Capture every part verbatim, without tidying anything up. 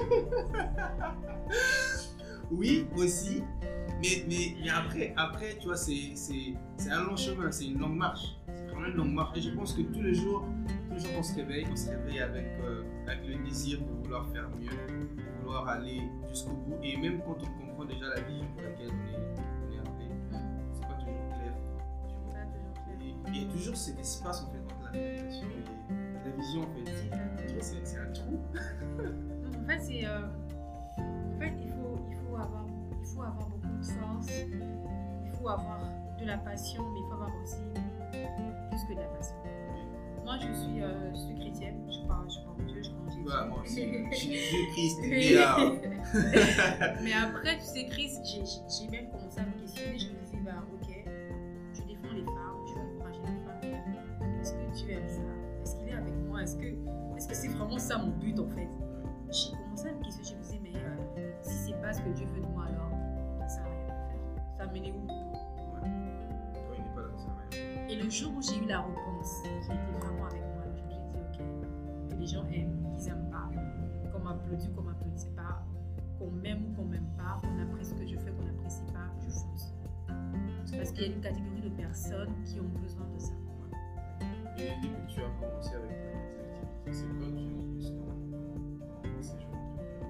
Oui, aussi. Mais, mais, mais après, après, tu vois, c'est un long chemin, c'est une longue marche. C'est vraiment une longue marche. Et je pense que tous les jours, tous les jours qu'on se réveille, on se réveille avec, euh, avec le désir de vouloir faire mieux, de vouloir aller jusqu'au bout. Et même quand on comprend déjà la vision pour laquelle on est, on est appelé, c'est pas toujours clair. Tu vois. Pas toujours clair. Et il y a toujours cet espace en fait entre la méditation et la vision en fait. Tu vois, c'est un trou. Donc, en fait, c'est, euh, en fait, il faut, il faut avoir, il faut avoir beaucoup de force, il faut avoir de la passion, mais il faut avoir aussi plus que de la passion. Moi, je suis, euh, je suis chrétienne, je crois, je crois en Dieu, je crois en Jésus. Bah, moi aussi, Jésus-Christ est là. Mais après, tu sais, Christ, j'ai même commencé à me questionner, je me disais, bah, ok, tu défends les femmes, tu veux encourager les femmes, est-ce que tu aimes ça? Est-ce qu'il est avec moi? Est-ce que est-ce que c'est vraiment ça mon but en fait? J'ai commencé à me questionner, je me disais, mais euh, si c'est pas ce que Dieu veut de moi, alors ça sert à rien de faire. Ça m'a mené où? Ouais. Toi, il n'est pas là, ça sert à rien. Et le jour où j'ai eu la réponse qui était vraiment avec moi, je me suis dit, ok, que les gens aiment, qu'ils n'aiment pas, qu'on m'applaudit ou qu'on m'applaudisse pas, qu'on m'aime ou qu'on m'aime pas, qu'on apprécie ce que je fais, qu'on n'apprécie pas, je fonce. Parce qu'il y a une catégorie de personnes qui ont besoin de ça. Et depuis que tu as commencé avec tes activités, c'est quoi que tu aimes plus dans, dans ces jours?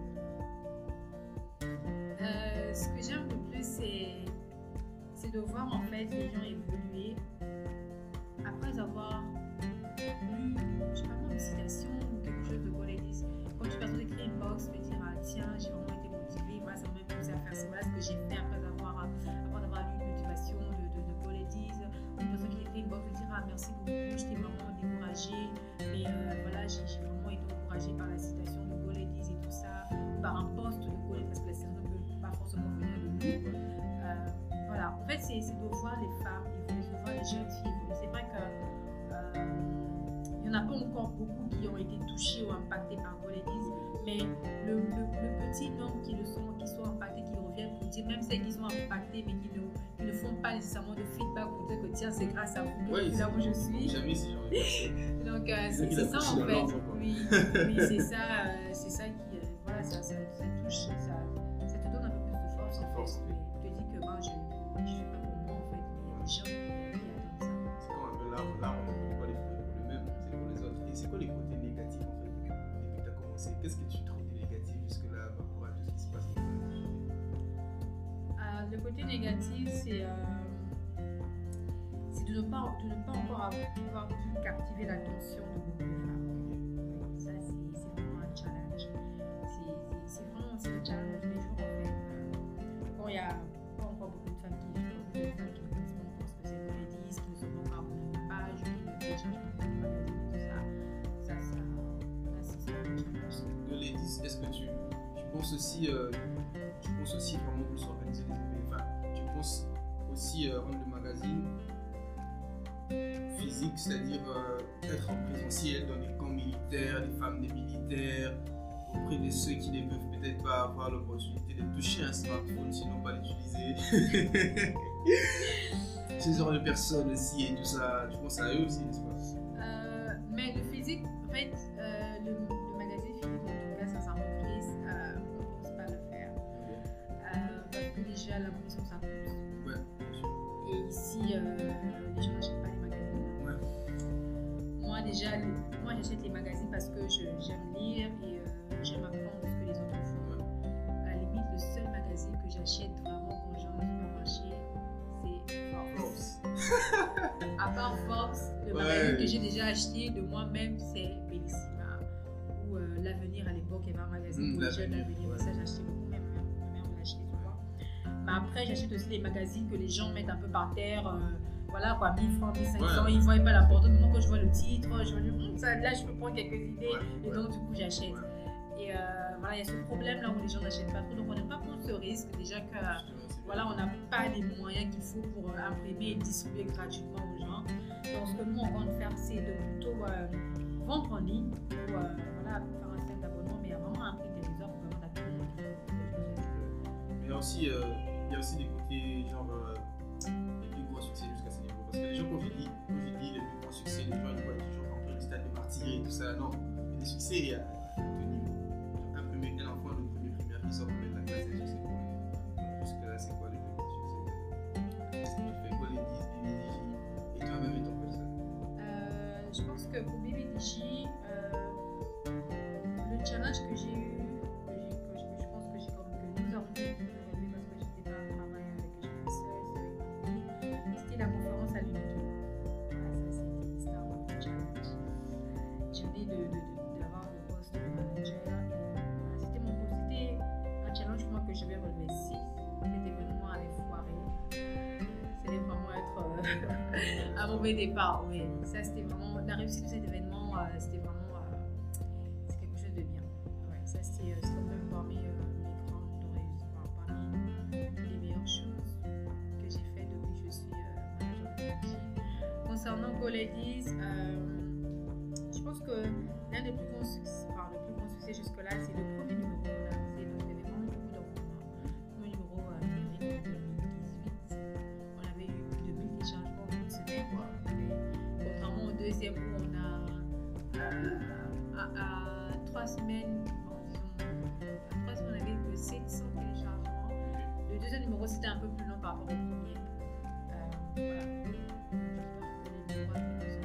Euh, ce que j'aime le plus, c'est de voir en fait les gens évoluer après avoir lu, je sais pas moi, une citation ou quelque chose de Goledis. Quand tu passes d'écrire une box, me dire ah, tiens, j'ai vraiment été motivée, moi ça m'a poussé à faire ça, voilà ce que j'ai fait après avoir, après avoir lu une motivation de, de, de Goledis. Une personne qui écrit une box me dire ah merci beaucoup, j'étais vraiment découragée, mais euh, voilà, j'ai vraiment été encouragée par la citation de Goledis et tout ça, par un post de Goledis, parce que la citation ne peut pas forcément venir de nous. Euh, voilà, en fait, c'est de voir les femmes évoluer, de voir les jeunes filles évoluer. C'est vrai que euh, il n'y en a pas encore beaucoup qui ont été touchés ou impactés par Goledis, mais le, le, le petit nombre qui le sont, qui sont impactés, qui reviennent pour dire, même celles qui sont impactées, mais qui ne, qui ne font pas nécessairement de feedback pour dire que tiens, c'est grâce à vous que oui, je suis là où je suis. Jamais si j'en ai. Donc, euh, c'est ça en fait. Oui, oui c'est ça, euh, c'est ça qui, euh, voilà, ça, ça, ça touche, ça, ça te donne un peu plus de force en force, fait. Tu te dis que moi, je ne fais pas pour moi en fait, mais il y a des gens qui attendent ça. C'est comme un peu l'arbre, l'arbre on ne peut pas les fruits pour lui-même, c'est pour les autres. Et c'est quoi les côtés négatifs en fait depuis que tu as commencé? Qu'est-ce que tu trouves de négatif jusque-là par rapport à tout ce qui se passe dans ton activité? euh, Le côté négatif, c'est euh, de, ne pas, de ne pas encore avoir pu captiver l'attention de beaucoup de femmes. Ça, c'est vraiment un challenge. C'est vraiment aussi le challenge de tous les jours en fait. Quand il y a pas encore beaucoup de femmes qui, beaucoup de femmes qui ne connaissent pas encore ce que c'est Goledis, qui ne sont pas encore abonnées à la page, qui ne téléchargent pas encore le magazine, tout ça, ça, ça, ça c'est un challenge. Goledis, est-ce que tu, tu penses aussi, euh, tu penses aussi vraiment pour s'organiser les événements, enfin, tu penses aussi euh, rendre le magazine physique, c'est-à-dire euh, être en présentiel dans des camps militaires, des femmes des militaires, auprès de ceux qui ne peuvent peut-être pas avoir l'opportunité de toucher un smartphone, sinon pas l'utiliser. Ce genre de personnes aussi et tout ça, tu penses à eux aussi, n'est-ce pas? euh, Mais le physique, en fait, euh, le, le magazine physique, en tout cas, ça s'enregistre, euh, on ne pense pas le faire. Euh, parce que déjà, la production, ça coûte. Ouais, bien sûr. Et ici, euh, les gens n'achètent pas les magazines. Ouais. Moi, déjà, le, moi j'achète les magazines parce que j'aime lire et euh, j'aime apprendre ce que les autres font. Ouais. À la limite, le seul magazine que j'achète vraiment quand je vais au supermarché, c'est Forbes. À part Forbes, le ouais. magazine que j'ai déjà acheté de moi-même, c'est Bellissima. Ou euh, L'Avenir à l'époque, il y avait un magazine pour les jeunes, L'Avenir. Ouais. Ça, j'ai acheté beaucoup, même ma mère me l'a acheté, tu vois. Mais après, j'achète aussi les magazines que les gens mettent un peu par terre. Euh, voilà quoi, mille francs, mille cinq cents, ouais. Ils ne voient pas l'importance. Mais moi, quand je vois le titre, je me dis, hm, ça, là, je peux prendre quelques idées. Ouais. Et donc, du coup, j'achète. Ouais. Et euh, voilà, il y a ce problème là où les gens n'achètent pas trop. Donc, on n'aime pas prendre ce risque. Déjà que voilà, on n'a pas les moyens qu'il faut pour euh, imprimer et distribuer gratuitement aux gens. Donc, ce que nous, on compte faire, c'est de plutôt euh, vendre en ligne ou euh, voilà, faire un système d'abonnement, mais vraiment un prix dérisoire pour vraiment d'appeler les gens. Mais il y a aussi, euh, il y a aussi des côtés genre. Euh, succès jusqu'à ce niveau, parce que les gens, quand je dis, quand je dis le plus grand succès, les gens ils voient toujours remplir le stade de martyrs et tout ça. Non, mais le succès est à tout niveau. Imprimer un enfant qui sort de ta classe et tu sais quoi. Jusque-là, c'est quoi le plus grand succès? Est-ce que tu fais quoi les dix, Baby D J et toi-même et ton personne? Euh, je pense que pour Baby D J, euh, le challenge que j'ai eu, que, j'ai, que je, je pense que j'ai comme que nous avons pu relever parce que j'étais pas à travail avec, que j'étais seule, c'était avec ma famille, c'était la conférence à l'U N I K. Voilà, ça c'était c'était un bon challenge. Je venais de, de, de, d'avoir le poste de manager et voilà, c'était mon c'était un challenge pour moi que je vais relever. Si cet événement avait foiré, c'était vraiment être euh, un mauvais départ. Oui, ça c'était vraiment la réussite de cet événement, euh, c'était vraiment euh, c'est quelque chose de bien. Ouais, ça c'est euh, quand même parmi euh, mes grandes réussites, enfin, parmi les meilleures choses que j'ai fait depuis que je suis euh, manager de T G. Concernant Go-Ladies, euh, je pense que l'un des plus grands succès, enfin, le plus grand succès jusque-là, c'est le premier numéro qu'on a lancé. Donc, il y avait vraiment beaucoup d'engouement. Le numéro euh, numérique en deux mille dix-huit, on avait eu plus de mille téléchargements en une semaine. Et contrairement au deuxième où on a euh, à, à trois semaines, bon, disons, à trois semaines, on avait que sept cents téléchargements. Le deuxième numéro, c'était un peu plus long par rapport au premier. Euh, voilà.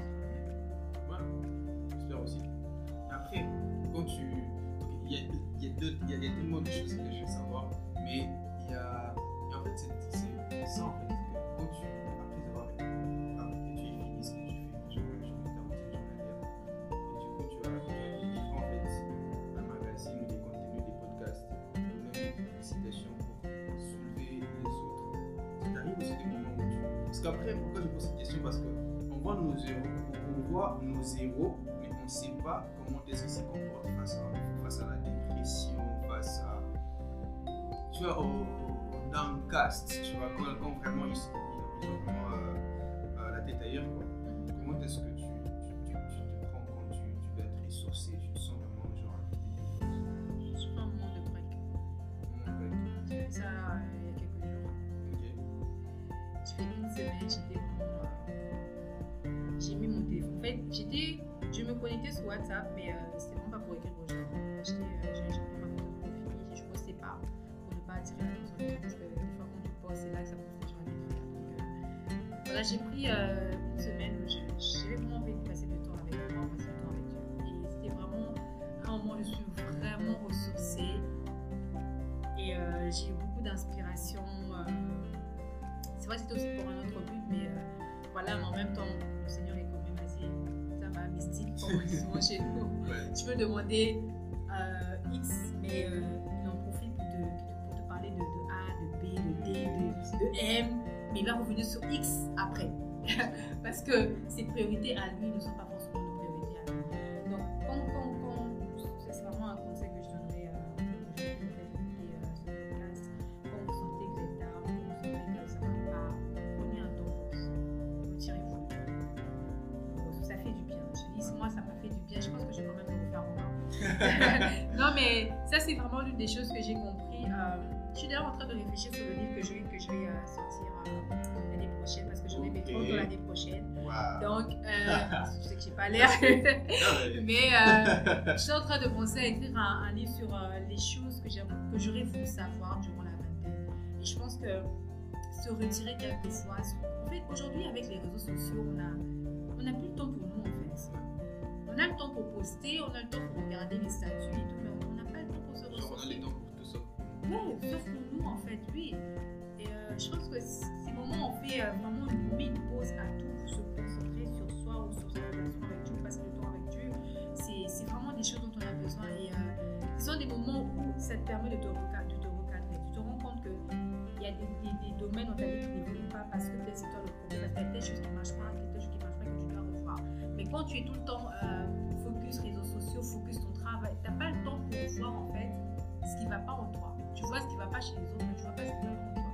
J'espère aussi. Après, quand tu. Il y a, il y, a deux, il y a tellement de choses que je veux savoir, mais il y a. Et en fait, c'est, c'est ça en fait. Que quand tu. Après avoir. Après que tu aies fini ce que tu fais, je crois que je vais t'arrêter journalière. Et du coup, tu as, tu as écrit en fait un magazine ou des contenus, des podcasts, ou même des citations pour soulever les autres. Ça t'arrive aussi des moments où tu. Parce qu'après, pourquoi je pose cette question? Parce qu'on voit nos zéros, on voit nos zéros, mais on ne sait pas comment est-ce qu'ils se comportent face à, face à la dépression, face à, tu vois, au, au downcast, tu vois, quand, quand vraiment ils, ils, ils ont vraiment euh, euh, la tête ailleurs, quoi. Comment est-ce que tu, tu, tu, tu te prends quand tu, tu dois être ressourcé, tu te sens vraiment genre à côté des choses? Je prends un moment de break. Moment de break. J'ai fait ça euh, il y a quelques jours. Ok. Je fais une semaine, j'étais vraiment. Euh, j'ai mis mon téléphone. En fait, j'étais. Je me connectais sur WhatsApp, mais euh, c'était vraiment pas pour écrire aux gens. J'étais, euh, j'ai, j'ai pris ma photo de profil, je postais pas pour ne pas attirer l'attention des gens parce que des fois quand tu postes, c'est là que ça pousse les gens à t'écrire. Donc euh, voilà, j'ai pris euh, une semaine où je, j'avais vraiment envie de passer du temps avec moi, passer du temps avec Dieu. Et c'était vraiment un moment où je suis vraiment ressourcée et euh, j'ai eu beaucoup d'inspiration. Euh, c'est vrai que c'était aussi pour un autre but, mais euh, voilà, mais en même temps, le Seigneur est quand même assez. Mystique, comme on dit souvent chez nous. Ouais. Tu peux demander euh, X, mais euh, il en profite pour te, pour te parler de, de A, de B, de D, de, de M, mais il va revenir sur X après. Parce que ses priorités à lui ne sont pas forcément nos priorités à nous. Donc, quand, quand, quand c'est vraiment un conseil que je donnerais euh, aux gens qui veulent écouter euh, ce podcast, quand vous sentez que vous êtes down, quand vous sentez que ça ne va pas, prenez un temps pour ça. Retirez-vous. Ça fait du bien. Je dis, moi, ça m'a fait du bien. Je pense que je vais quand même le refaire encore. Non, mais ça, c'est vraiment l'une des choses que j'ai compris. Euh, je suis d'ailleurs en train de réfléchir sur le livre que je, que je vais euh, sortir euh, l'année prochaine parce que j'aurai mes trente ans l'année prochaine. Wow. Donc, euh, je sais que j'ai pas l'air. Mais euh, je suis en train de penser à écrire un, un livre sur euh, les choses que, que j'aurais voulu savoir durant la vingtaine. Et je pense que se retirer quelquefois. En fait, aujourd'hui, avec les réseaux sociaux, on a. On n'a plus le temps pour nous en fait. On a le temps pour poster, on a le temps pour regarder les statuts et tout, mais on n'a pas le temps pour se ressourcer. On a le temps pour tout ça. Ouais, sauf pour nous en fait, oui. Et euh, je pense que ces moments, on fait euh, vraiment une, une pause à tout pour se concentrer sur soi ou sur sa relation avec Dieu, passer le temps avec Dieu. C'est, c'est vraiment des choses dont on a besoin et euh, ce sont des moments où ça te permet de te recadrer. De te recadrer. Tu te rends compte qu'il y a des, des, des domaines dans ta vie qui n'évoluent pas parce que peut-être c'est toi le problème, parce qu'il y a des choses qui ne marchent pas, des choses qui ne marchent pas que tu dois revoir. Mais quand tu es tout le temps euh, focus réseaux sociaux, focus ton travail, tu n'as pas le temps pour voir en fait ce qui ne va pas en toi. Tu vois ce qui ne va pas chez les autres, mais tu ne vois pas ce qui va en toi.